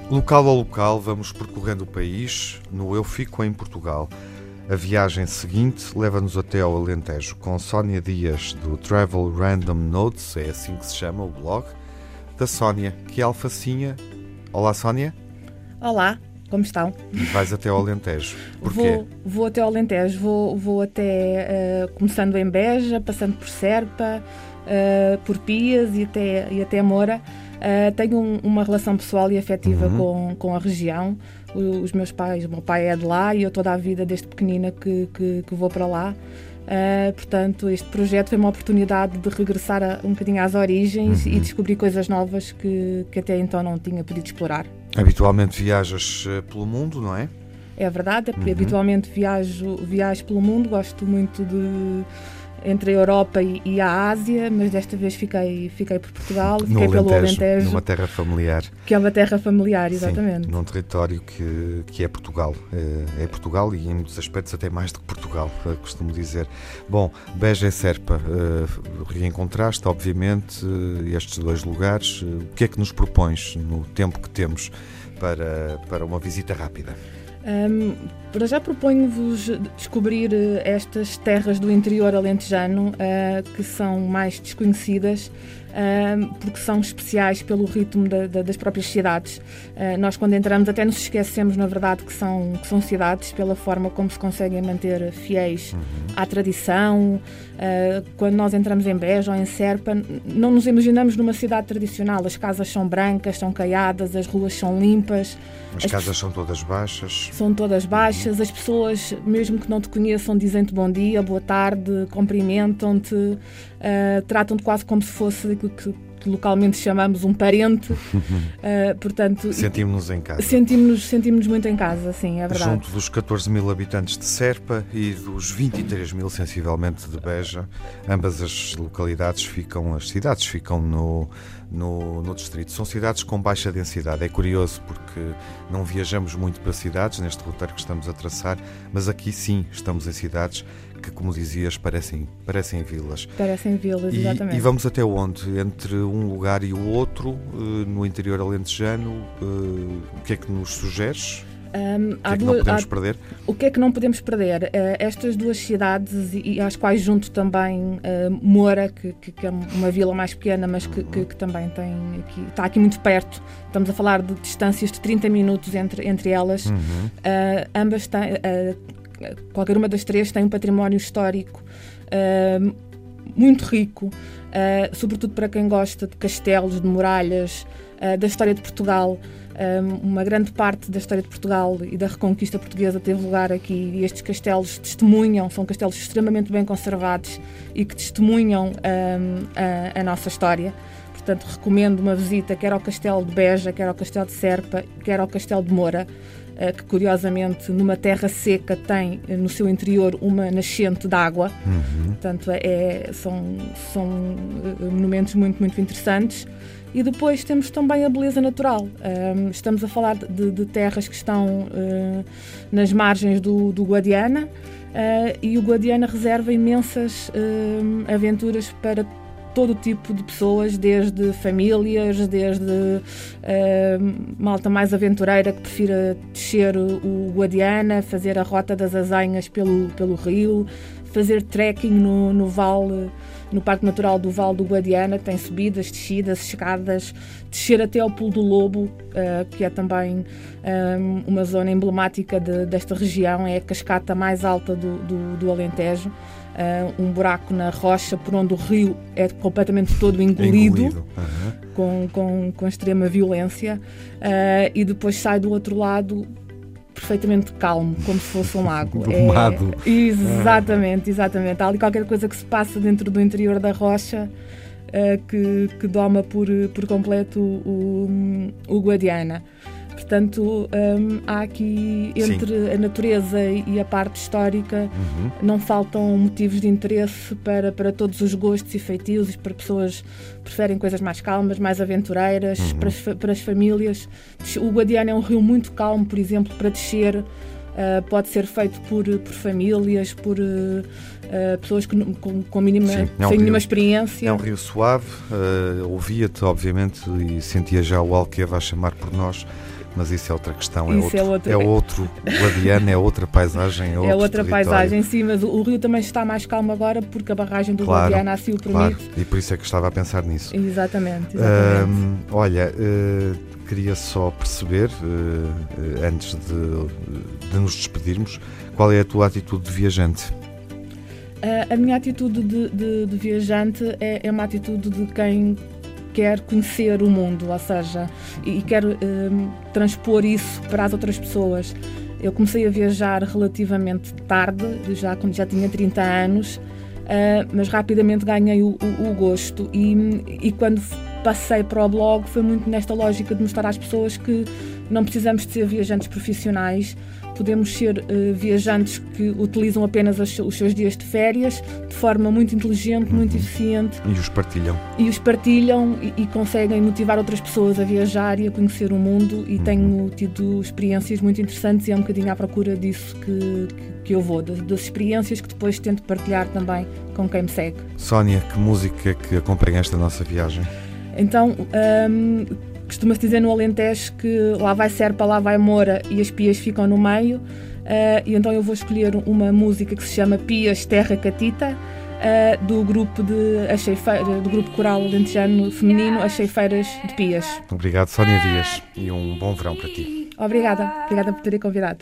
Local a local, vamos percorrendo o país, no Eu Fico em Portugal. A viagem seguinte leva-nos até ao Alentejo, com Sónia Dias, do Travel Random Notes, é assim que se chama o blog, da Sónia, que é alfacinha. Olá, Sónia. Olá, como estão? E vais até ao Alentejo. Porquê? Vou até ao Alentejo, vou até, começando em Beja, passando por Serpa, por Pias e até Moura. Tenho uma relação pessoal e afetiva com a região. Os meus pais, o meu pai é de lá e eu toda a vida, desde pequenina, que vou para lá. Portanto, este projeto foi uma oportunidade de regressar um bocadinho às origens e descobrir coisas novas que até então não tinha podido explorar. Habitualmente viajas pelo mundo, não é? É verdade, habitualmente viajo pelo mundo, gosto muito entre a Europa e a Ásia, mas desta vez fiquei por Portugal, fiquei pelo Alentejo. Numa terra familiar. Que é uma terra familiar, exatamente. Sim, num território que é Portugal. É Portugal e em muitos aspectos até mais do que Portugal, costumo dizer. Bom, Beja e Serpa, reencontraste, obviamente, estes dois lugares. O que é que nos propões no tempo que temos para uma visita rápida? Para já proponho-vos descobrir estas terras do interior alentejano que são mais desconhecidas porque são especiais pelo ritmo das próprias cidades. Nós, quando entramos, até nos esquecemos, na verdade, que são cidades, pela forma como se conseguem manter fiéis à tradição. Quando nós entramos em Beja ou em Serpa, não nos imaginamos numa cidade tradicional. As casas são brancas, são caiadas, as ruas são limpas. As casas são todas baixas. São todas baixas. As pessoas, mesmo que não te conheçam, dizem-te bom dia, boa tarde, cumprimentam-te, tratam-te quase como se fosse aquilo que localmente chamamos um parente. Portanto, sentimos-nos em casa. Sentimos-nos muito em casa, sim, é verdade. Junto dos 14 mil habitantes de Serpa e dos 23 mil, sensivelmente, de Beja, ambas as cidades ficam no distrito. São cidades com baixa densidade. É curioso porque não viajamos muito para cidades neste roteiro que estamos a traçar, mas aqui sim estamos em cidades que, como dizias, parecem vilas. Parecem vilas, exatamente. E vamos até onde? Entre um lugar e o outro, no interior alentejano, o que é que nos sugeres? O que é que não podemos perder? O que é que não podemos perder? Estas duas cidades, e às quais junto também Moura, que é uma vila mais pequena, mas que também está aqui muito perto. Estamos a falar de distâncias de 30 minutos entre elas. Ambas têm, qualquer uma das três tem um património histórico muito rico, sobretudo para quem gosta de castelos, de muralhas, da história de Portugal. Uma grande parte da história de Portugal e da Reconquista Portuguesa teve lugar aqui e estes castelos são castelos extremamente bem conservados e que testemunham a nossa história. Portanto, recomendo uma visita quer ao Castelo de Beja, quer ao Castelo de Serpa, quer ao Castelo de Moura, que curiosamente numa terra seca tem no seu interior uma nascente de água. Portanto, são monumentos muito, muito interessantes. E depois temos também a beleza natural. Estamos a falar de terras que estão nas margens do Guadiana, e o Guadiana reserva imensas aventuras para todo tipo de pessoas, desde famílias, desde malta mais aventureira que prefira descer o Guadiana, fazer a Rota das Azenhas pelo rio, fazer trekking no vale, no Parque Natural do Vale do Guadiana, que tem subidas, descidas, escadas, descer até ao Pulo do Lobo, que é também uma zona emblemática desta região, é a cascata mais alta do Alentejo, um buraco na rocha por onde o rio é completamente todo engolido. Com extrema violência, e depois sai do outro lado perfeitamente calmo, como se fosse um lago. Domado. Exatamente. Há ali qualquer coisa que se passa dentro do interior da rocha que doma por completo o Guadiana. Portanto, há aqui, entre a natureza e a parte histórica, não faltam motivos de interesse para todos os gostos e feitios, para pessoas que preferem coisas mais calmas, mais aventureiras, para as famílias. O Guadiana é um rio muito calmo, por exemplo, para descer. Pode ser feito por famílias, por pessoas com mínima experiência. É um rio suave, ouvia-te, obviamente, e sentia já o Alqueva a chamar por nós, Mas isso é outra questão, Isso é outro Guadiana, é outra paisagem, é outro paisagem, sim, mas o rio também está mais calmo agora porque a barragem do Guadiana assim o permite. Claro, e por isso é que estava a pensar nisso. Exatamente. Olha, queria só perceber, antes de nos despedirmos, qual é a tua atitude de viajante? A minha atitude de viajante é uma atitude de quem quer conhecer o mundo, ou seja, e quer transpor isso para as outras pessoas. Eu comecei a viajar relativamente tarde, quando já tinha 30 anos, mas rapidamente ganhei o gosto e quando passei para o blog foi muito nesta lógica de mostrar às pessoas que não precisamos de ser viajantes profissionais, podemos ser viajantes que utilizam apenas os seus dias de férias de forma muito inteligente, muito eficiente. E os partilham. E conseguem motivar outras pessoas a viajar e a conhecer o mundo e tenho tido experiências muito interessantes e é um bocadinho à procura disso que eu vou, das experiências que depois tento partilhar também com quem me segue. Sónia, que música é que acompanha esta nossa viagem? Então, costuma-se dizer no Alentejo que lá vai Serpa, lá vai Moura e as Pias ficam no meio, e então eu vou escolher uma música que se chama Pias Terra Catita, do grupo do grupo coral alentejano feminino As Ceifeiras de Pias. Obrigado, Sónia Dias, e um bom verão para ti. Obrigada por terem convidado.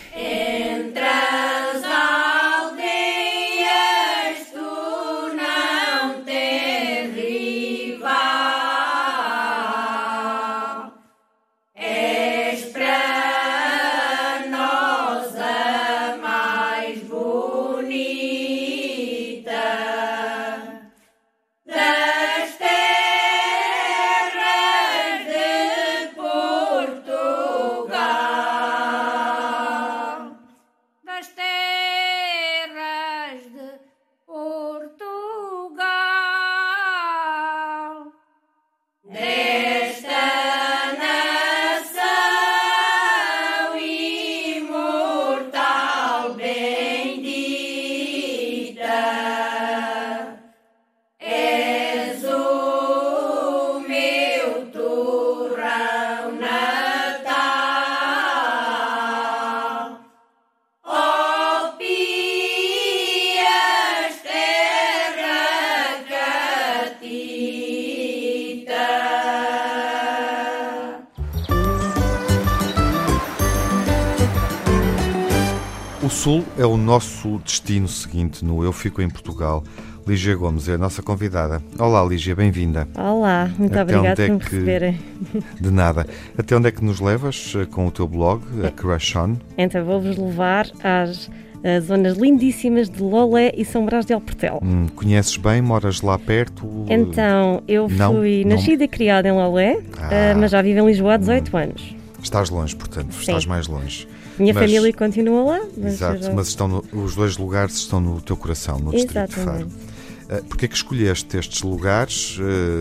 O Sul é o nosso destino seguinte no Eu Fico em Portugal. Lígia Gomes é a nossa convidada. Olá, Lígia, bem-vinda. Olá, muito obrigada por me receberem. De nada. Até onde é que nos levas com o teu blog, a Crush On? Então, vou-vos levar às zonas lindíssimas de Lolé e São Brás de Alportel. Conheces bem? Moras lá perto? Então, eu fui nascida e criada em Lolé, mas já vivo em Lisboa há 18 anos. Estás longe, portanto, estás mais longe. Minha família continua lá. Exato, mas os dois lugares estão no teu coração, no Distrito de Faro. Porquê é que escolheste estes lugares,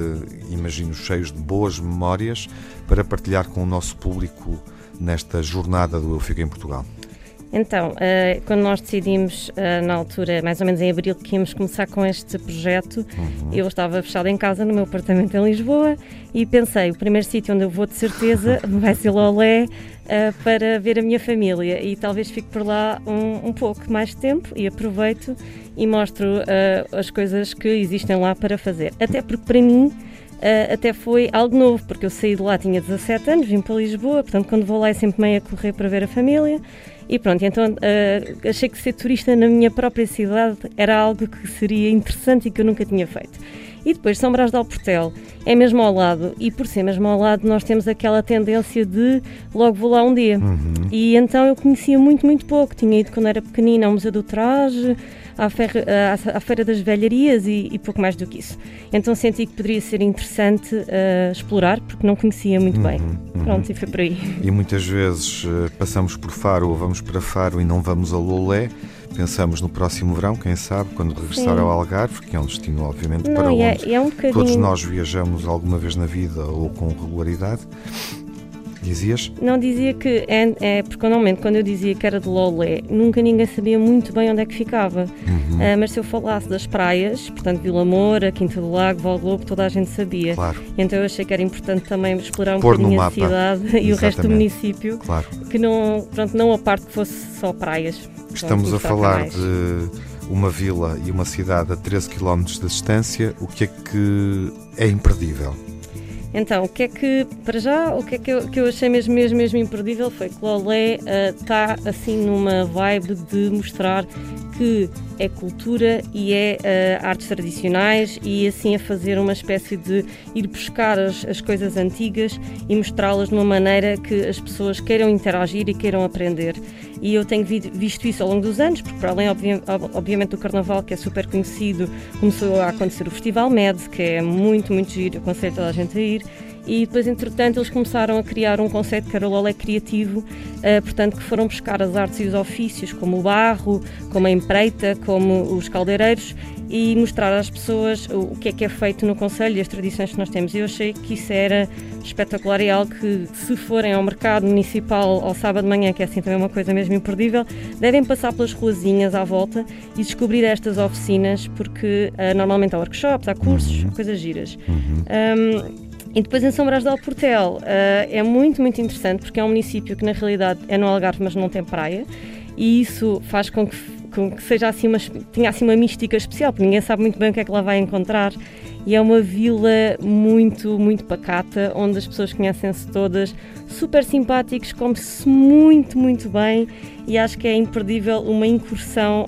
imagino cheios de boas memórias, para partilhar com o nosso público nesta jornada do Eu Fico em Portugal? Então, quando nós decidimos, na altura, mais ou menos em abril, que íamos começar com este projeto, eu estava fechada em casa, no meu apartamento em Lisboa, e pensei, o primeiro sítio onde eu vou de certeza vai ser Lolé, para ver a minha família, e talvez fique por lá um pouco mais de tempo e aproveito e mostro as coisas que existem lá para fazer. Até porque para mim até foi algo novo, porque eu saí de lá, tinha 17 anos, vim para Lisboa, portanto quando vou lá é sempre meio a correr para ver a família. E pronto, então achei que ser turista na minha própria cidade era algo que seria interessante e que eu nunca tinha feito. E depois São Brás de Alportel é mesmo ao lado, e por ser mesmo ao lado nós temos aquela tendência de logo vou lá um dia. E então eu conhecia muito, muito pouco. Tinha ido quando era pequenina ao Museu do Traje, à Feira das Velharias e pouco mais do que isso. Então senti que poderia ser interessante explorar, porque não conhecia muito bem. Pronto, e foi por aí. E muitas vezes passamos por Faro ou vamos para Faro e não vamos a Lolé. Pensamos no próximo verão, quem sabe, quando regressar ao Algarve, que é um destino, obviamente, para onde um bocadinho... todos nós viajamos alguma vez na vida ou com regularidade. Dizias? Não dizia que porque normalmente quando eu dizia que era de Lolé, nunca ninguém sabia muito bem onde é que ficava. Mas se eu falasse das praias, portanto Vila Moura, Quinta do Lago, Val do Lobo, toda a gente sabia. Claro. Então eu achei que era importante também explorar Pôr bocadinho no a mapa. cidade e o resto do Exatamente. município, Claro. que não a parte que fosse só praias. Estamos a Começar falar mais. de uma vila e uma cidade a 13 km de distância. O que é imperdível? Então, o que eu achei mesmo imperdível foi que Lolé está assim numa vibe de mostrar que é cultura e é artes tradicionais e assim a fazer uma espécie de ir buscar as coisas antigas e mostrá-las de uma maneira que as pessoas queiram interagir e queiram aprender. E eu tenho visto isso ao longo dos anos, porque para além, obviamente, do Carnaval, que é super conhecido, começou a acontecer o Festival MED, que é muito, muito giro, eu aconselho toda a gente a ir. E depois, entretanto, eles começaram a criar um conceito que era o Lolé Criativo, portanto, que foram buscar as artes e os ofícios, como o barro, como a empreita, como os caldeireiros, e mostrar às pessoas o que é feito no concelho e as tradições que nós temos. E eu achei que isso era espetacular e algo que, se forem ao mercado municipal ao sábado de manhã, que é assim também uma coisa mesmo imperdível, devem passar pelas ruazinhas à volta e descobrir estas oficinas, porque normalmente há workshops, há cursos, coisas giras. E depois em São Brás de Alportel é muito, muito interessante, porque é um município que na realidade é no Algarve, mas não tem praia, e isso faz com que seja assim tenha assim uma mística especial, porque ninguém sabe muito bem o que é que lá vai encontrar. E é uma vila muito, muito pacata, onde as pessoas conhecem-se todas, super simpáticos, come-se muito, muito bem, e acho que é imperdível uma incursão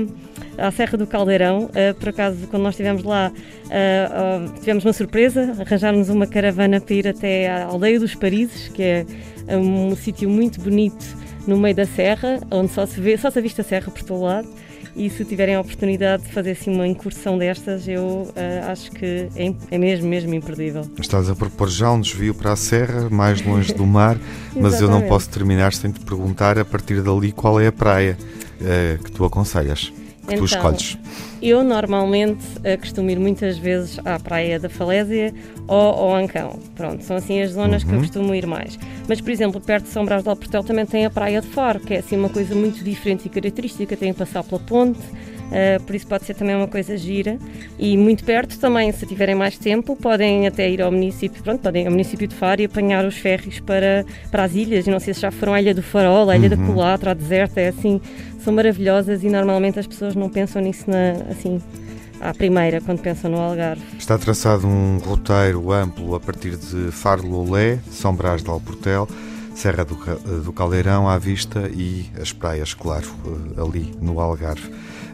à Serra do Caldeirão. Por acaso, quando nós estivemos lá, tivemos uma surpresa, arranjámos uma caravana para ir até à Aldeia dos Parises, que é um sítio muito bonito no meio da serra, onde só se avista a serra por todo lado. E se tiverem a oportunidade de fazer assim uma incursão destas, eu acho que é mesmo imperdível. Estás a propor já um desvio para a serra, mais longe do mar, mas eu não posso terminar sem te perguntar, a partir dali, qual é a praia que tu aconselhas, que tu escolhes? Eu normalmente costumo ir muitas vezes à Praia da Falésia ou ao Ancão. Pronto, são assim as zonas que eu costumo ir mais. Mas, por exemplo, perto de São Brás de Alportel também tem a Praia de Faro, que é assim uma coisa muito diferente e característica, tem que passar pela ponte. Por isso pode ser também uma coisa gira, e muito perto também, se tiverem mais tempo, podem até ir ao município, podem ir ao município de Faro e apanhar os ferries para as ilhas. E não sei se já foram à Ilha do Farol, à Ilha da Colatra, à Deserta, é assim, são maravilhosas, e normalmente as pessoas não pensam nisso assim à primeira, quando pensam no Algarve. Está traçado um roteiro amplo a partir de Faro Lolé, São Brás de Alportel, Serra do Caldeirão à vista e as praias, claro, ali no Algarve.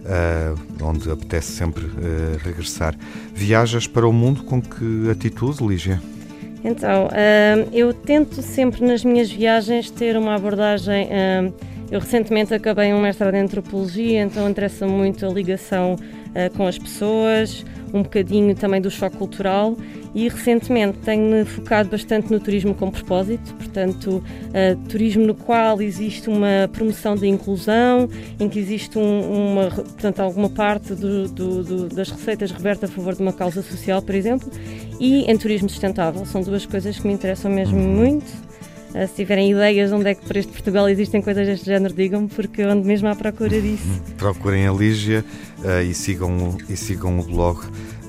Onde apetece sempre regressar. Viajas para o mundo com que atitude, Lígia? Então, eu tento sempre nas minhas viagens ter uma abordagem... eu recentemente acabei um mestrado em Antropologia, então interessa muito a ligação com as pessoas, um bocadinho também do choque cultural, e recentemente tenho-me focado bastante no turismo com propósito, portanto, turismo no qual existe uma promoção da inclusão, em que existe portanto, alguma parte das receitas reverte a favor de uma causa social, por exemplo, e em turismo sustentável. São duas coisas que me interessam mesmo muito. Se tiverem ideias de onde é que por este Portugal existem coisas deste género, digam-me, porque eu ando mesmo à procura disso. Procurem a Lígia e sigam o blog.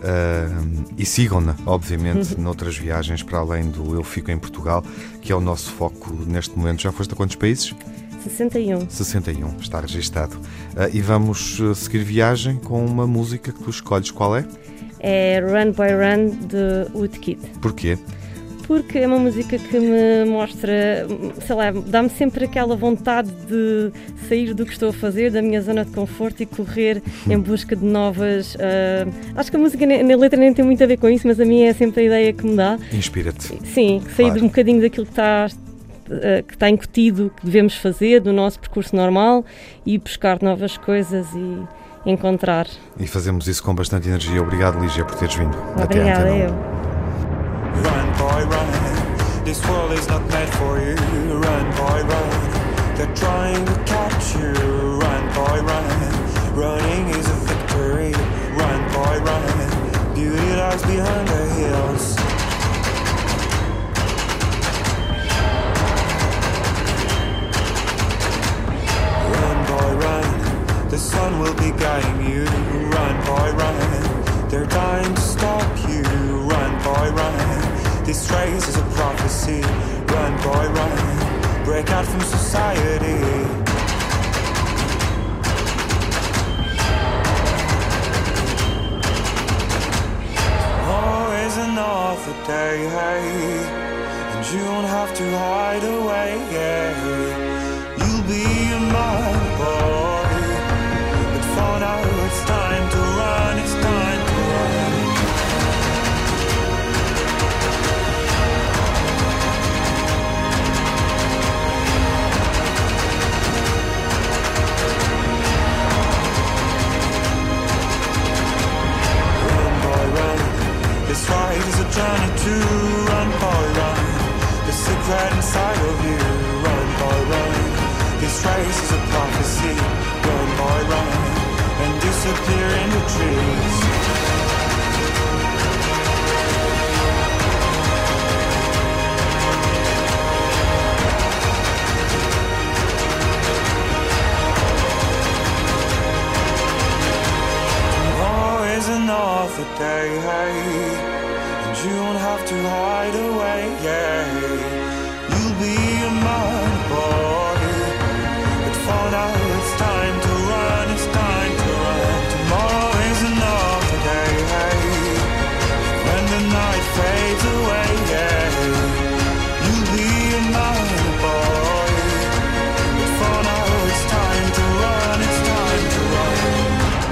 E sigam-na, obviamente, noutras viagens para além do Eu Fico em Portugal, que é o nosso foco neste momento. Já foste a quantos países? 61. 61, está registado. E vamos seguir viagem com uma música que tu escolhes. Qual é? É Run Boy Run, de Woodkid. Porquê? Porque é uma música que me mostra, sei lá, dá-me sempre aquela vontade de sair do que estou a fazer, da minha zona de conforto, e correr em busca de novas... acho que a música, na letra, nem tem muito a ver com isso, mas a minha é sempre a ideia que me dá. Inspira-te. Sim, sair um bocadinho daquilo que está incutido, que devemos fazer, do nosso percurso normal, e buscar novas coisas e encontrar. E fazemos isso com bastante energia. Obrigado, Lígia, por teres vindo. Obrigada, eu. Run, boy, run. This world is not meant for you. Run, boy, run. They're trying to catch you. Run, boy, run. Running is a victory. Run, boy, run. Beauty lies behind the hills. sun will be guiding you. Run, boy, run. They're dying to stop you. Run, boy, run. This race is a prophecy. Run, boy, run. Break out from society. Oh, is another day, hey, and you won't have to hide away, yeah. You'll be a man, boy, but for now it's time to run, it's time to run. Run, boy, run. This ride is a journey to run, boy, run. The secret inside of you. Run, boy, run. This race is a prophecy. Run, boy, run. And disappear in the trees. Tomorrow is another day, hey, and you won't have to hide away, yeah. You'll be a man, boy, but for now it's time to run, it's time to run. Tomorrow is another day, hey, when the night fades away, yeah. You'll be a man, boy, but for now it's time to run, it's time to run.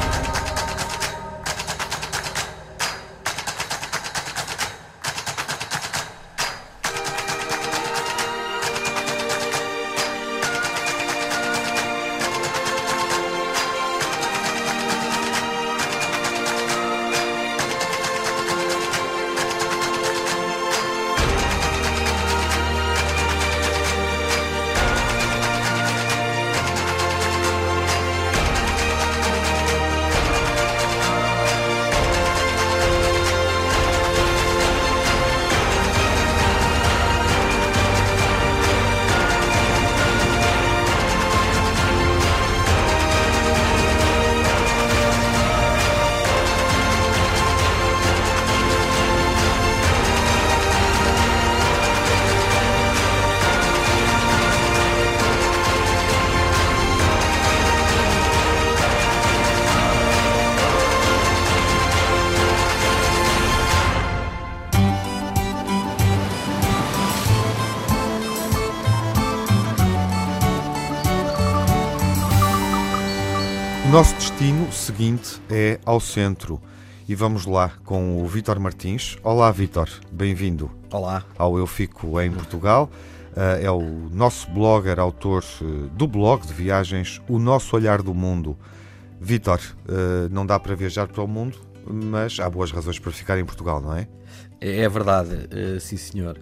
O nosso destino seguinte é ao centro e vamos lá com o Vítor Martins. Olá, Vítor, bem-vindo. Olá. Ao Eu Fico em Portugal. É o nosso blogger, autor do blog de viagens O Nosso Olhar do Mundo. Vítor, não dá para viajar para o mundo, mas há boas razões para ficar em Portugal, não é? É verdade, sim senhor.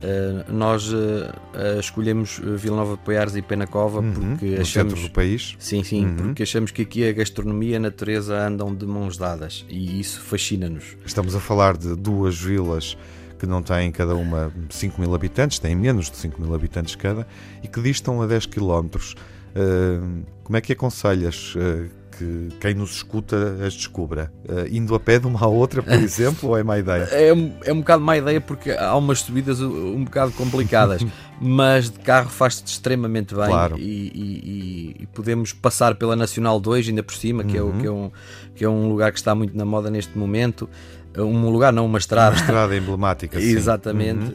Nós escolhemos Vila Nova de Poiares e Penacova porque no achamos... centro do país. Sim, porque achamos que aqui a gastronomia e a natureza andam de mãos dadas e isso fascina-nos. Estamos a falar de duas vilas que não têm cada uma 5 mil habitantes, têm menos de 5 mil habitantes cada e que distam a 10 km. Como é que aconselhas que quem nos escuta as descubra? Indo a pé de uma à outra, por exemplo, ou é má ideia? É um bocado má ideia porque há umas subidas um bocado complicadas, mas de carro faz-se extremamente bem. Claro. E podemos passar pela Nacional 2 ainda por cima, que é um lugar que está muito na moda neste momento. Um lugar não, uma estrada. Uma estrada emblemática, sim. Exatamente.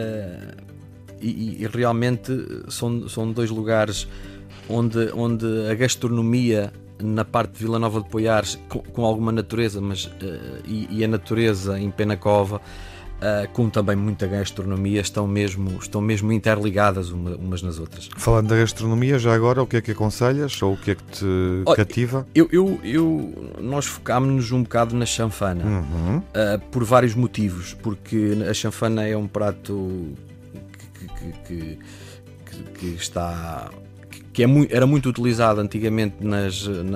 E realmente são dois lugares onde a gastronomia na parte de Vila Nova de Poiares com alguma natureza, mas e a natureza em Penacova com também muita gastronomia estão mesmo interligadas umas nas outras. Falando da gastronomia, já agora o que é que aconselhas ou o que é que te cativa? Nós focámos-nos um bocado na chanfana por vários motivos, porque a chanfana é um prato que está... era muito utilizado antigamente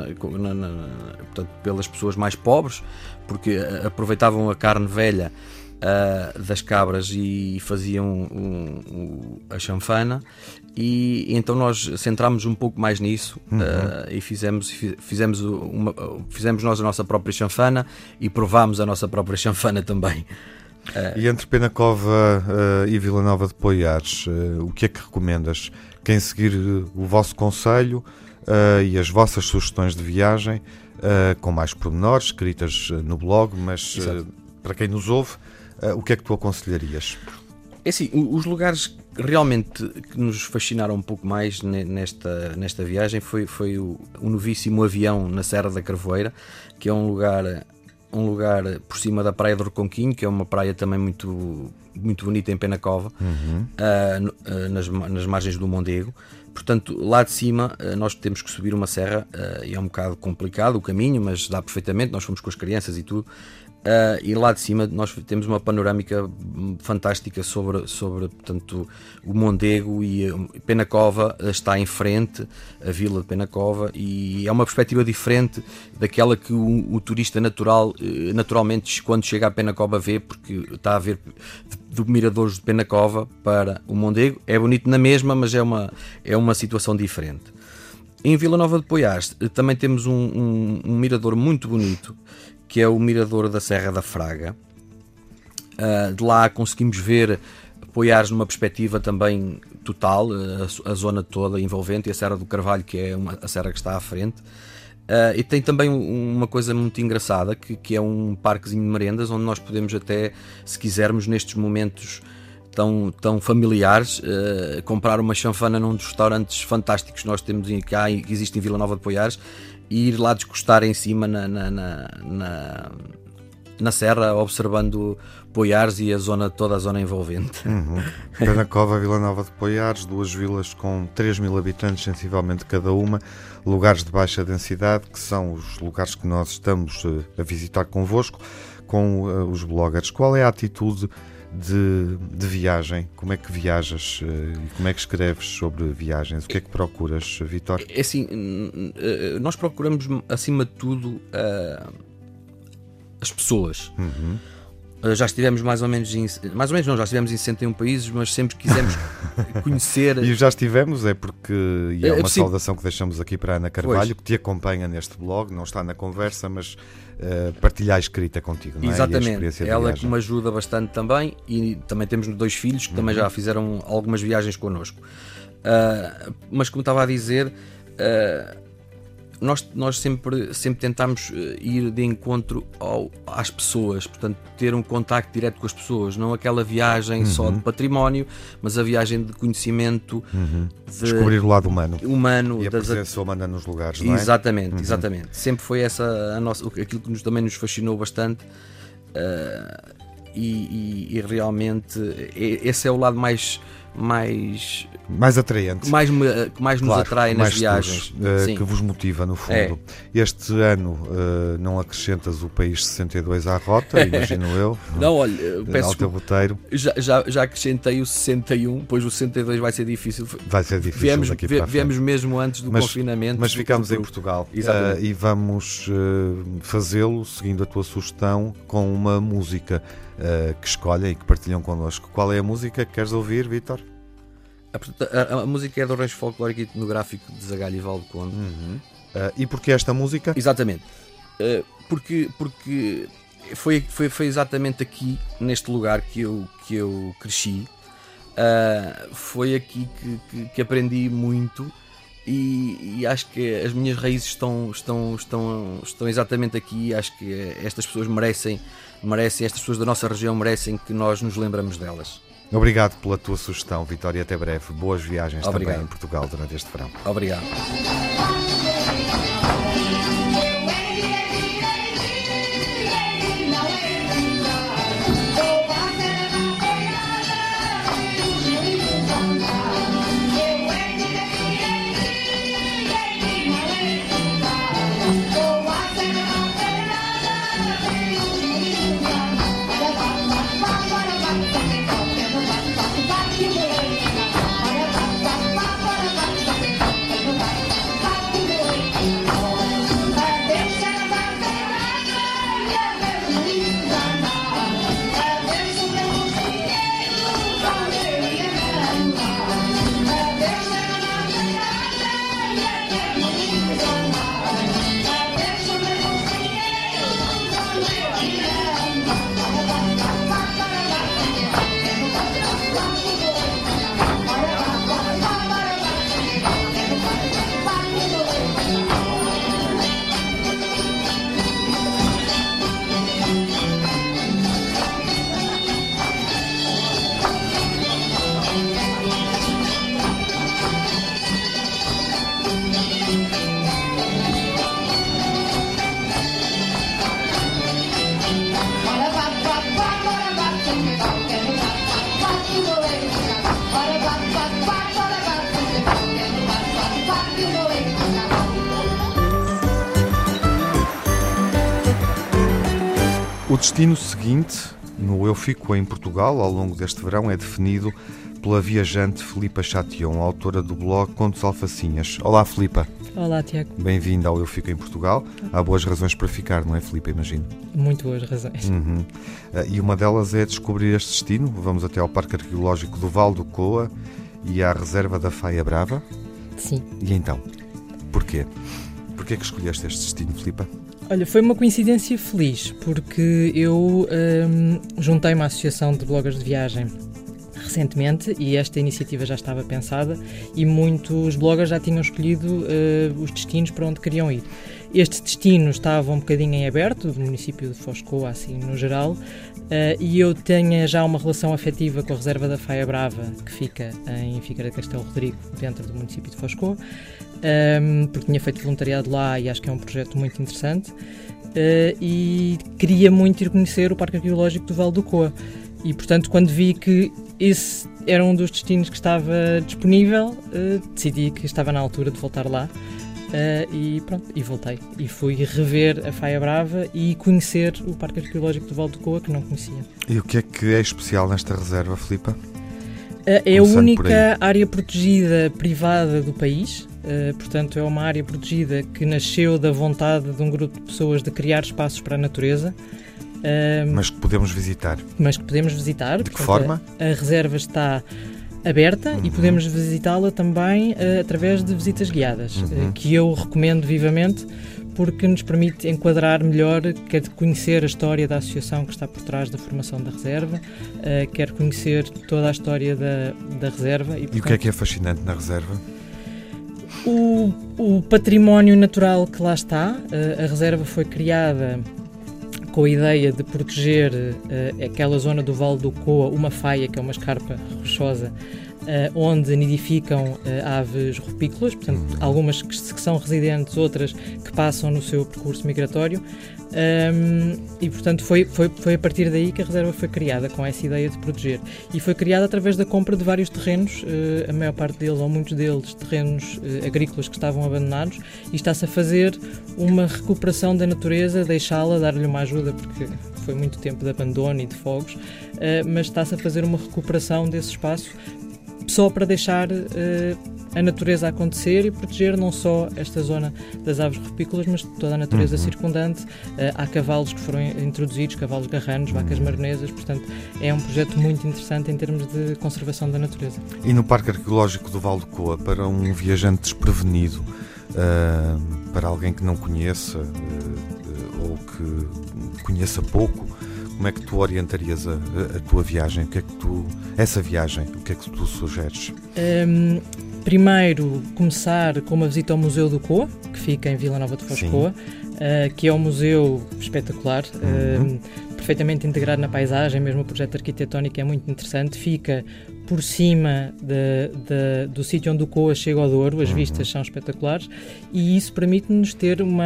portanto, pelas pessoas mais pobres, porque aproveitavam a carne velha das cabras e faziam a chanfana, e então nós centrámos um pouco mais nisso, e fizemos nós a nossa própria chanfana e provámos a nossa própria chanfana também. E entre Penacova e Vila Nova de Poiares, o que é que recomendas? Quem seguir o vosso conselho e as vossas sugestões de viagem, com mais pormenores, escritas no blog, mas para quem nos ouve, o que é que tu aconselharias? É assim, os lugares realmente que nos fascinaram um pouco mais nesta viagem foi o novíssimo Avião na Serra da Carvoeira, que é um lugar por cima da Praia do Reconquinho, que é uma praia também muito, muito bonita em Penacova, nas margens do Mondego. Portanto, lá de cima nós temos que subir uma serra, e é um bocado complicado o caminho, mas dá perfeitamente, nós fomos com as crianças e tudo. E lá de cima nós temos uma panorâmica fantástica sobre portanto, o Mondego, e Penacova está em frente, a vila de Penacova, e é uma perspectiva diferente daquela que o turista naturalmente quando chega a Penacova vê, porque está a ver do Miradores de Penacova para o Mondego. É bonito na mesma, mas é uma situação diferente. Em Vila Nova de Poiares também temos um mirador muito bonito, que é o Mirador da Serra da Fraga. De lá conseguimos ver Poiares numa perspectiva também total, a zona toda envolvente, e a Serra do Carvalho, que é a serra que está à frente. E tem também uma coisa muito engraçada, que é um parquezinho de merendas, onde nós podemos até, se quisermos, nestes momentos tão familiares, comprar uma chanfana num dos restaurantes fantásticos que nós temos cá, que existe em Vila Nova de Poiares, e ir lá descostar em cima na serra, observando Poiares e toda a zona envolvente. Penacova, Vila Nova de Poiares, duas vilas com 3.000 habitantes, sensivelmente cada uma, lugares de baixa densidade, que são os lugares que nós estamos a visitar convosco, com os bloggers. Qual é a atitude de viagem? Como é que viajas e como é que escreves sobre viagens? O que é que procuras, Vítor? É assim, nós procuramos acima de tudo as pessoas. Já estivemos já estivemos em 61 países, mas sempre quisemos conhecer. E já estivemos, é uma saudação que deixamos aqui para a Ana Carvalho, que te acompanha neste blog, não está na conversa, mas partilhar a escrita contigo, não é? Exatamente, ela que me ajuda bastante também, e também temos 2 filhos que também já fizeram algumas viagens connosco. Mas como estava a dizer, nós sempre tentámos ir de encontro às pessoas, portanto ter um contacto direto com as pessoas, não aquela viagem só de património, mas a viagem de conhecimento, de descobrir o lado humano e a das presença humana nos lugares, não é? Exatamente. Sempre foi aquilo que também nos fascinou bastante, e realmente esse é o lado mais atraente, que mais nos atrai nas viagens, que vos motiva no fundo. Este ano não acrescentas o país 62 à rota, imagino eu. Não, olha, peço ao teu roteiro. Já acrescentei o 61, pois o 62 vai ser difícil. Vai ser difícil daqui para frente. Viemos mesmo antes do confinamento. Mas ficamos em Portugal, e vamos fazê-lo seguindo a tua sugestão com uma música que escolhem e que partilham connosco. Qual é a música que queres ouvir, Vítor? A música é do Rancho Folclórico e Etnográfico de Zagalho e Valdeconde. E porquê esta música? Exatamente. Porque foi exatamente aqui, neste lugar, que eu cresci. Foi aqui que aprendi muito, e acho que as minhas raízes estão exatamente aqui. Acho que estas pessoas merecem, estas pessoas da nossa região merecem que nós nos lembramos delas. Obrigado pela tua sugestão, Vítor, e até breve. Boas viagens. Obrigado. Também em Portugal durante este verão. Obrigado. destino seguinte, no Eu Fico em Portugal, ao longo deste verão, é definido pela viajante Filipa Chation, autora do blog Contos Alfacinhas. Olá, Filipa. Olá, Tiago. Bem-vinda ao Eu Fico em Portugal. Há boas razões para ficar, não é, Filipa? Imagino. Muito boas razões. E uma delas é descobrir este destino. Vamos até ao Parque Arqueológico do Val do Coa e à Reserva da Faia Brava. Sim. E então, porquê? Porquê que escolheste este destino, Filipa? Olha, foi uma coincidência feliz, porque eu juntei-me à Associação de Bloggers de Viagem recentemente e esta iniciativa já estava pensada e muitos bloggers já tinham escolhido os destinos para onde queriam ir. Este destino estava um bocadinho em aberto, do município de Foz de Coa, assim no geral, e eu tenho já uma relação afetiva com a Reserva da Faia Brava, que fica em Figueira de Castelo Rodrigo, dentro do município de Foz de Coa, porque tinha feito voluntariado lá e acho que é um projeto muito interessante, e queria muito ir conhecer o Parque Arqueológico do Val do Coa. E, portanto, quando vi que esse era um dos destinos que estava disponível, decidi que estava na altura de voltar lá. E pronto, e voltei. E fui rever a Faia Brava e conhecer o Parque Arqueológico do Val do Coa, que não conhecia. E o que é especial nesta reserva, Filipa? É a única área protegida privada do país. Portanto, é uma área protegida que nasceu da vontade de um grupo de pessoas de criar espaços para a natureza. Mas que podemos visitar. De que forma? A reserva está aberta e podemos visitá-la também através de visitas guiadas, que eu recomendo vivamente porque nos permite enquadrar melhor, quer conhecer a história da associação que está por trás da formação da reserva, quer conhecer toda a história da reserva. E o que é fascinante na reserva? O património natural que lá está. A reserva foi criada com a ideia de proteger aquela zona do Vale do Coa, uma faia, que é uma escarpa rochosa, onde nidificam aves rupícolas, portanto, algumas que são residentes, outras que passam no seu percurso migratório, e, portanto, foi a partir daí que a reserva foi criada, com essa ideia de proteger. E foi criada através da compra de vários terrenos, a maior parte deles, ou muitos deles, terrenos agrícolas que estavam abandonados, e está-se a fazer uma recuperação da natureza, deixá-la, dar-lhe uma ajuda, porque foi muito tempo de abandono e de fogos, mas está-se a fazer uma recuperação desse espaço só para deixar a natureza acontecer e proteger não só esta zona das aves rupícolas, mas toda a natureza circundante. Há cavalos que foram introduzidos, cavalos garranos, vacas marnesas, portanto é um projeto muito interessante em termos de conservação da natureza. E no Parque Arqueológico do Val do Coa, para um viajante desprevenido, para alguém que não conheça ou que conheça pouco, como é que tu orientarias a tua viagem? Essa viagem, o que é que tu sugeres? Primeiro, começar com uma visita ao Museu do Coa, que fica em Vila Nova de Foz de Coa, que é um museu espetacular, perfeitamente integrado na paisagem, mesmo o projeto arquitetónico é muito interessante, fica por cima do sítio onde o Coa chega ao Douro, as vistas são espetaculares e isso permite-nos ter um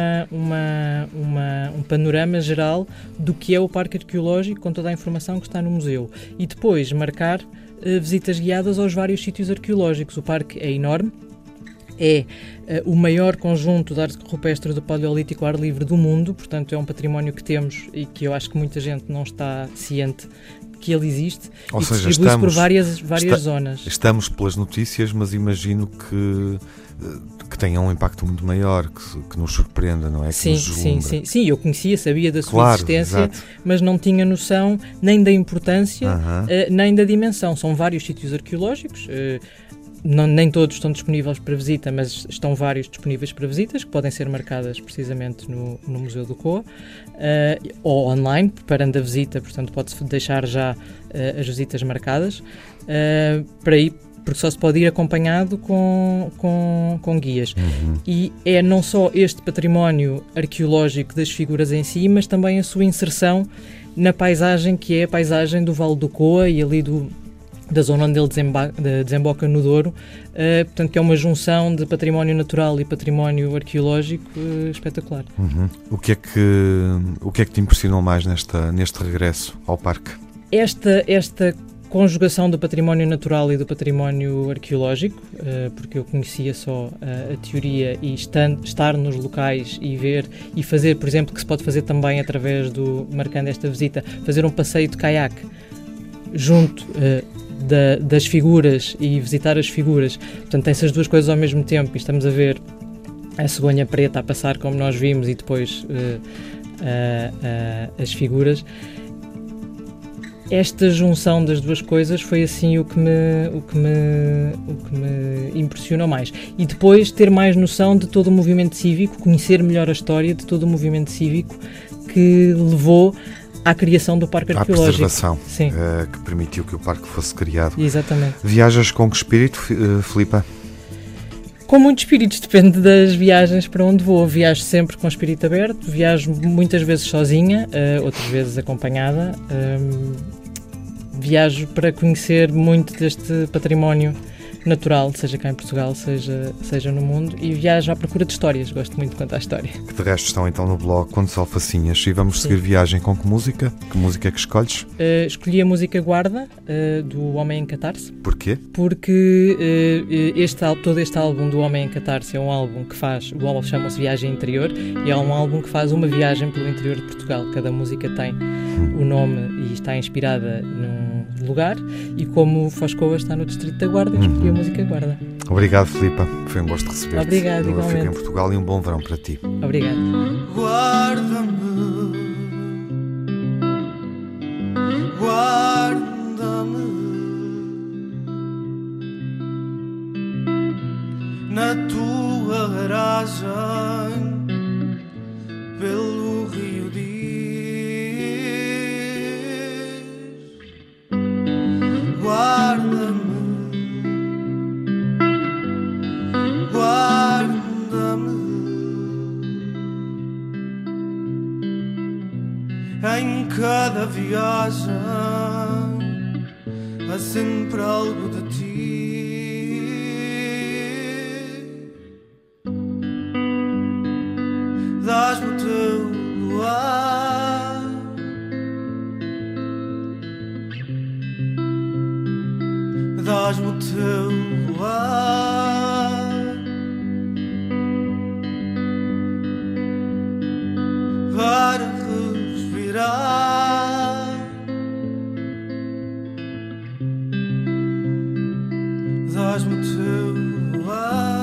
panorama geral do que é o Parque Arqueológico com toda a informação que está no museu e depois marcar visitas guiadas aos vários sítios arqueológicos. O parque é enorme, é o maior conjunto de arte rupestre do Paleolítico ao ar livre do mundo, portanto é um património que temos e que eu acho que muita gente não está ciente que ele existe. Ou e seja, distribui-se por várias zonas. Estamos pelas notícias, mas imagino que tenha um impacto muito maior, que nos surpreenda, não é? Sim, eu conhecia, sabia da sua existência, exato. Mas não tinha noção nem da importância, nem da dimensão. São vários sítios arqueológicos, nem todos estão disponíveis para visita, mas estão vários disponíveis para visitas, que podem ser marcadas precisamente no Museu do Coa, ou online, preparando a visita, portanto pode-se deixar já as visitas marcadas, para ir, porque só se pode ir acompanhado com guias. E é não só este património arqueológico das figuras em si, mas também a sua inserção na paisagem, que é a paisagem do Vale do Coa e ali da zona onde ele desemboca no Douro, portanto que é uma junção de património natural e património arqueológico espetacular. O que é que te impressionou mais neste regresso ao parque? Esta conjugação do património natural e do património arqueológico, porque eu conhecia só a teoria, e estar nos locais e ver e fazer, por exemplo, que se pode fazer também através marcando esta visita, fazer um passeio de caiaque junto das figuras e visitar as figuras. Portanto, tem essas duas coisas ao mesmo tempo, e estamos a ver a cegonha preta a passar como nós vimos e depois as figuras. Esta junção das duas coisas foi assim o que me impressionou mais. E depois ter mais noção de todo o movimento cívico, conhecer melhor a história de todo o movimento cívico que levou à criação do Parque Arqueológico. À preservação, que permitiu que o parque fosse criado. Exatamente. Viajas com que espírito, Filipa? Com muitos espíritos, depende das viagens para onde vou. Viajo sempre com o espírito aberto, viajo muitas vezes sozinha, outras vezes acompanhada. Viajo para conhecer muito deste património natural, seja cá em Portugal, seja no mundo, e viajo à procura de histórias. Gosto muito de contar a história. Que de resto estão então no blog Contos Alfacinhas. E vamos seguir viagem com que música? Que música é que escolhes? Escolhi a música Guarda, do Homem em Catarse. Porquê? Porque todo este álbum do Homem em Catarse é um álbum que faz, o álbum chama-se Viagem Interior, e é um álbum que faz uma viagem pelo interior de Portugal. Cada música tem o nome e está inspirada num lugar, e como Foscoa está no Distrito da Guarda, eu escolhi a música Guarda. Obrigado, Filipa. Foi um gosto receber-te. Obrigado, igualmente. Fico em Portugal e um bom verão para ti. Obrigado. Guarda-me, guarda-me na tua garagem pelo rio Diz. Guarda-me, guarda-me em cada viagem, há sempre algo de ti. Dás-me o teu luar, dás-me o teu luar, para respirar. Dás-me o teu luar.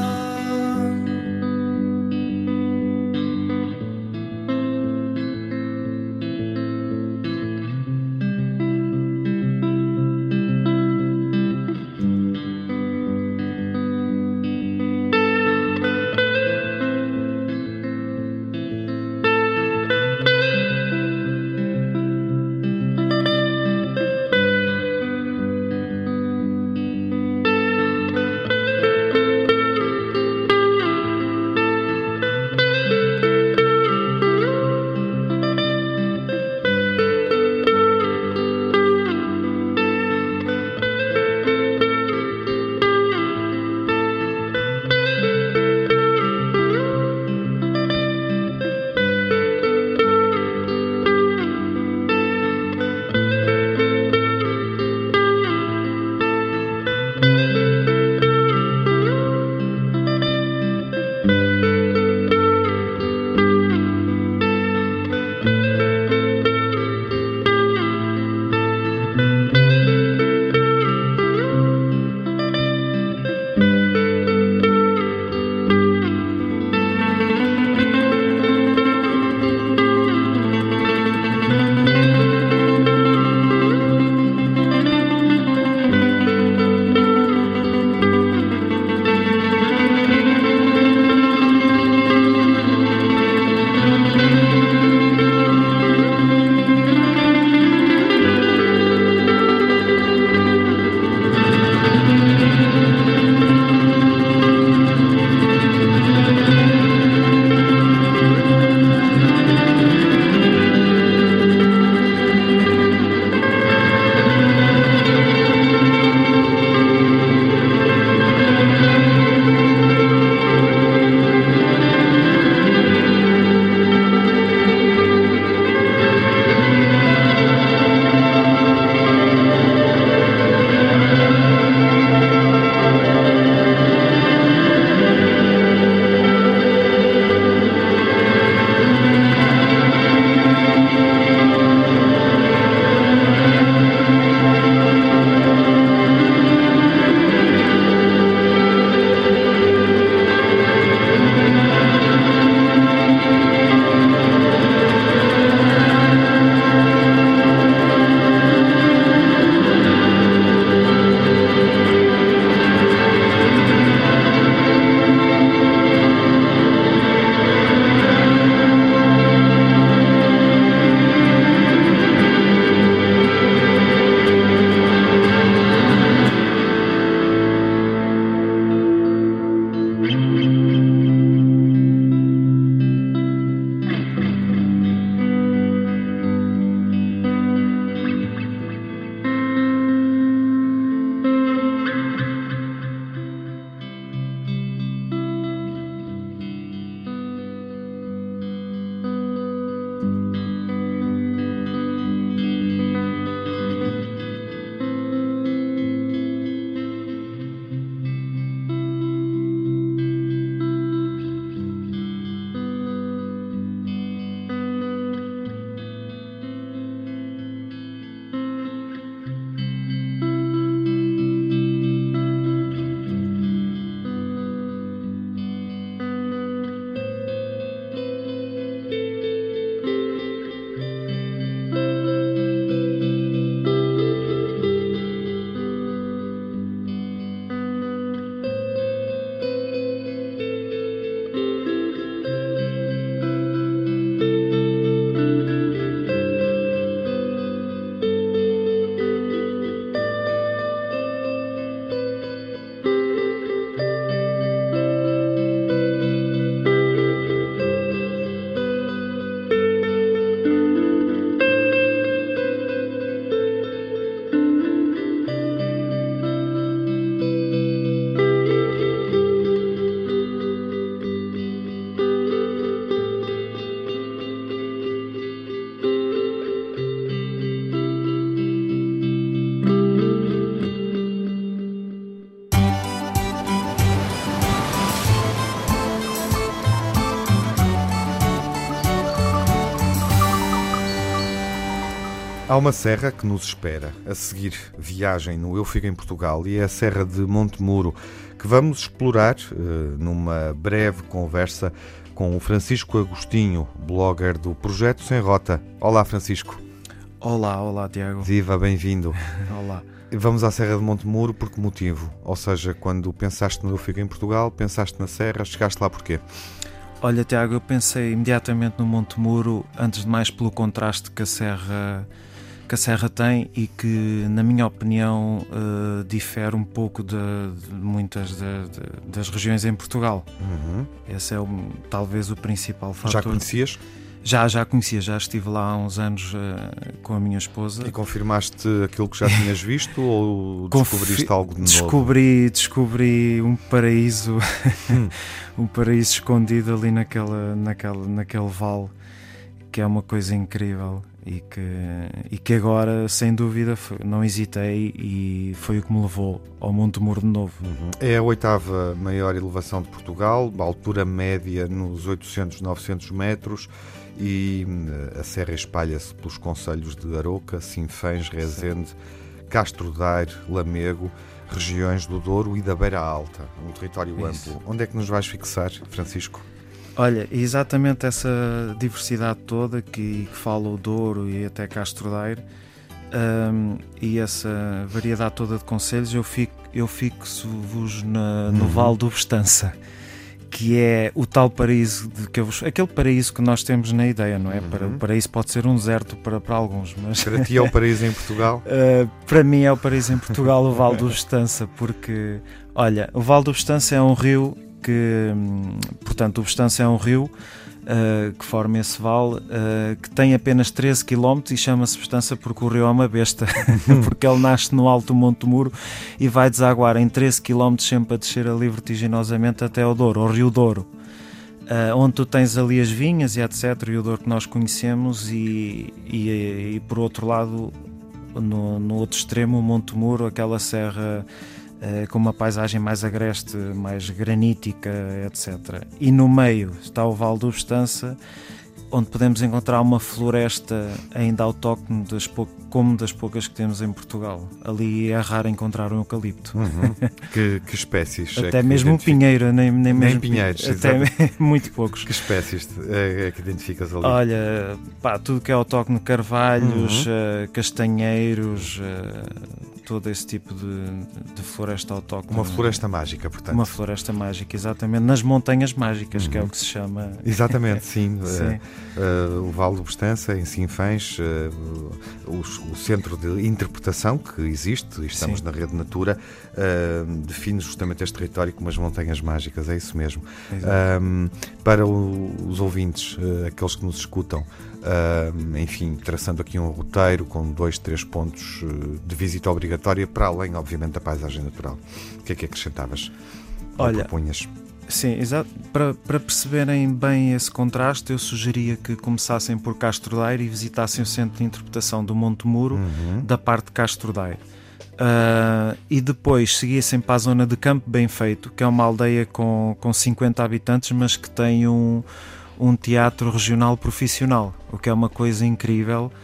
Há uma serra que nos espera a seguir viagem no Eu Fico em Portugal e é a Serra de Montemuro, que vamos explorar numa breve conversa com o Francisco Agostinho, blogger do Projeto Sem Rota. Olá, Francisco. Olá, Tiago. Viva, bem-vindo. Olá. Vamos à Serra de Montemuro por que motivo? Ou seja, quando pensaste no Eu Fico em Portugal, pensaste na Serra, chegaste lá porquê? Olha, Tiago, eu pensei imediatamente no Montemuro, antes de mais pelo contraste que a Serra tem e que, na minha opinião, difere um pouco de muitas das regiões em Portugal. Esse é talvez o principal fator. Já conhecias? Já conhecia, já estive lá há uns anos com a minha esposa. E confirmaste aquilo que já tinhas visto ou descobriste algo de novo? Descobri um paraíso, um paraíso escondido ali naquele vale, que é uma coisa incrível e que agora, sem dúvida, não hesitei e foi o que me levou ao Montemuro de novo. É a 8ª maior elevação de Portugal, a altura média nos 800, 900 metros. E a serra espalha-se pelos concelhos de Aroca, Sinfãs, Rezende, Castro Daire, Lamego, regiões do Douro e da Beira Alta, um território amplo. Onde é que nos vais fixar, Francisco? Olha, exatamente essa diversidade toda que fala o Douro e até Castro Daire, e essa variedade toda de concelhos, eu fixo-vos no Vale do Bestança, que é o tal paraíso aquele paraíso que nós temos na ideia, não é? O paraíso pode ser um deserto para alguns, mas para ti é o paraíso em Portugal? Para mim é o paraíso em Portugal, o Vale do Bestança, porque, olha, o Vale do Bestança é um rio portanto, o Bestança é um rio que forma esse vale, que tem apenas 13 km e chama-se Bestança porque o rio é uma besta, porque ele nasce no alto do Montemuro e vai desaguar em 13 km sempre a descer ali vertiginosamente até ao Douro, ao Rio Douro, onde tu tens ali as vinhas e etc, e o Douro que nós conhecemos e por outro lado, no outro extremo, o Montemuro, aquela serra com uma paisagem mais agreste, mais granítica, etc. E no meio está o Vale do Bestança, onde podemos encontrar uma floresta ainda autóctone, como das poucas que temos em Portugal. Ali é raro encontrar um eucalipto. Que espécies? Até mesmo um pinheiro, nem mesmo pinheiros. Até muito poucos. Que espécies é que identificas ali? Olha, tudo que é autóctone, carvalhos, castanheiros, todo esse tipo de floresta autóctone. Uma floresta mágica, portanto. Uma floresta mágica, exatamente. Nas montanhas mágicas, que é o que se chama. Exatamente, sim. Sim. O Vale do Bestança, em Sinfãs, o centro de interpretação que existe, estamos Sim. na Rede Natura, define justamente este território como as montanhas mágicas, é isso mesmo. Para os ouvintes, aqueles que nos escutam, enfim, traçando aqui um roteiro com 2, 3 pontos de visita obrigatória, para além, obviamente, da paisagem natural. O que é que acrescentavas? Olha, propunhas? Sim, exato. Para perceberem bem esse contraste, eu sugeria que começassem por Castro Daire e visitassem o centro de interpretação do Montemuro, da parte de Castro Daire. E depois seguissem para a zona de Campo Bem Feito, que é uma aldeia com 50 habitantes, mas que tem um teatro regional profissional, o que é uma coisa incrível.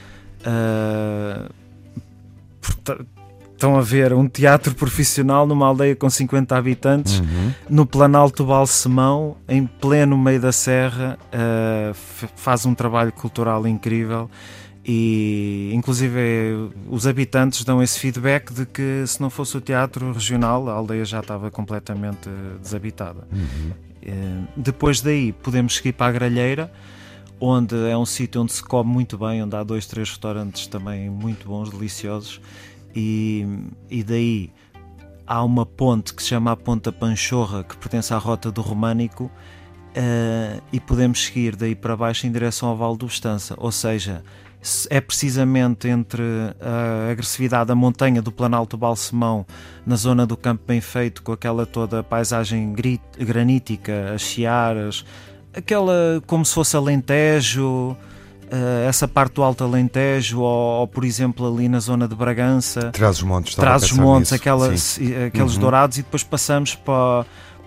Estão a ver um teatro profissional numa aldeia com 50 habitantes, no Planalto Balsemão, em pleno meio da serra, faz um trabalho cultural incrível e inclusive os habitantes dão esse feedback de que se não fosse o teatro regional a aldeia já estava completamente desabitada. Depois daí podemos seguir para a Gralheira, onde é um sítio onde se come muito bem, onde há 2, 3 restaurantes também muito bons, deliciosos. E daí há uma ponte que se chama a Ponta Panchorra, que pertence à Rota do Românico, e podemos seguir daí para baixo em direção ao Vale do Bestança, ou seja, é precisamente entre a agressividade da montanha do Planalto Balsemão, na zona do Campo Bem Feito, com aquela toda paisagem granítica, as searas, aquela como se fosse Alentejo, essa parte do Alto Alentejo, ou por exemplo ali na zona de Bragança, Trás-os-Montes, aqueles dourados, e depois passamos para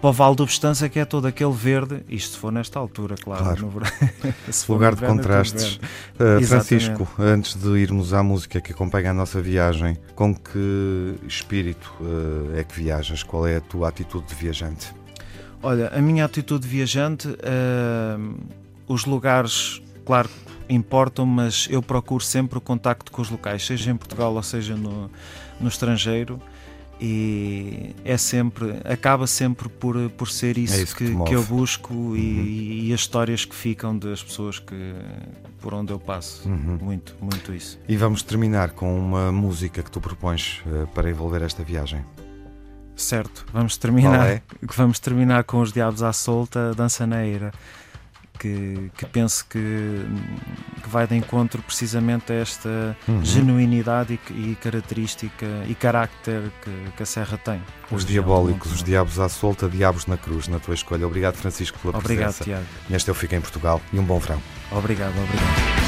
para o Vale do Bestança, que é todo aquele verde, isto se for nesta altura, claro. No verão. Lugar de contrastes. Francisco, antes de irmos à música que acompanha a nossa viagem, com que espírito é que viajas? Qual é a tua atitude de viajante? Olha, a minha atitude de viajante, os lugares, claro, importam, mas eu procuro sempre o contacto com os locais, seja em Portugal ou seja no estrangeiro. E acaba sempre por ser isso que eu busco e as histórias que ficam das pessoas por onde eu passo. Muito, muito isso. E vamos terminar com uma música que tu propões para envolver esta viagem. Certo, vamos terminar com Os Diabos à Solta, Dança na Eira, que penso que vai de encontro precisamente a esta genuinidade e característica e carácter que a Serra tem. Os diabólicos, os diabos à solta, diabos na cruz, na tua escolha. Obrigado, Francisco, pela presença. Obrigado, Tiago. Neste Eu Fico em Portugal e um bom verão. Obrigado.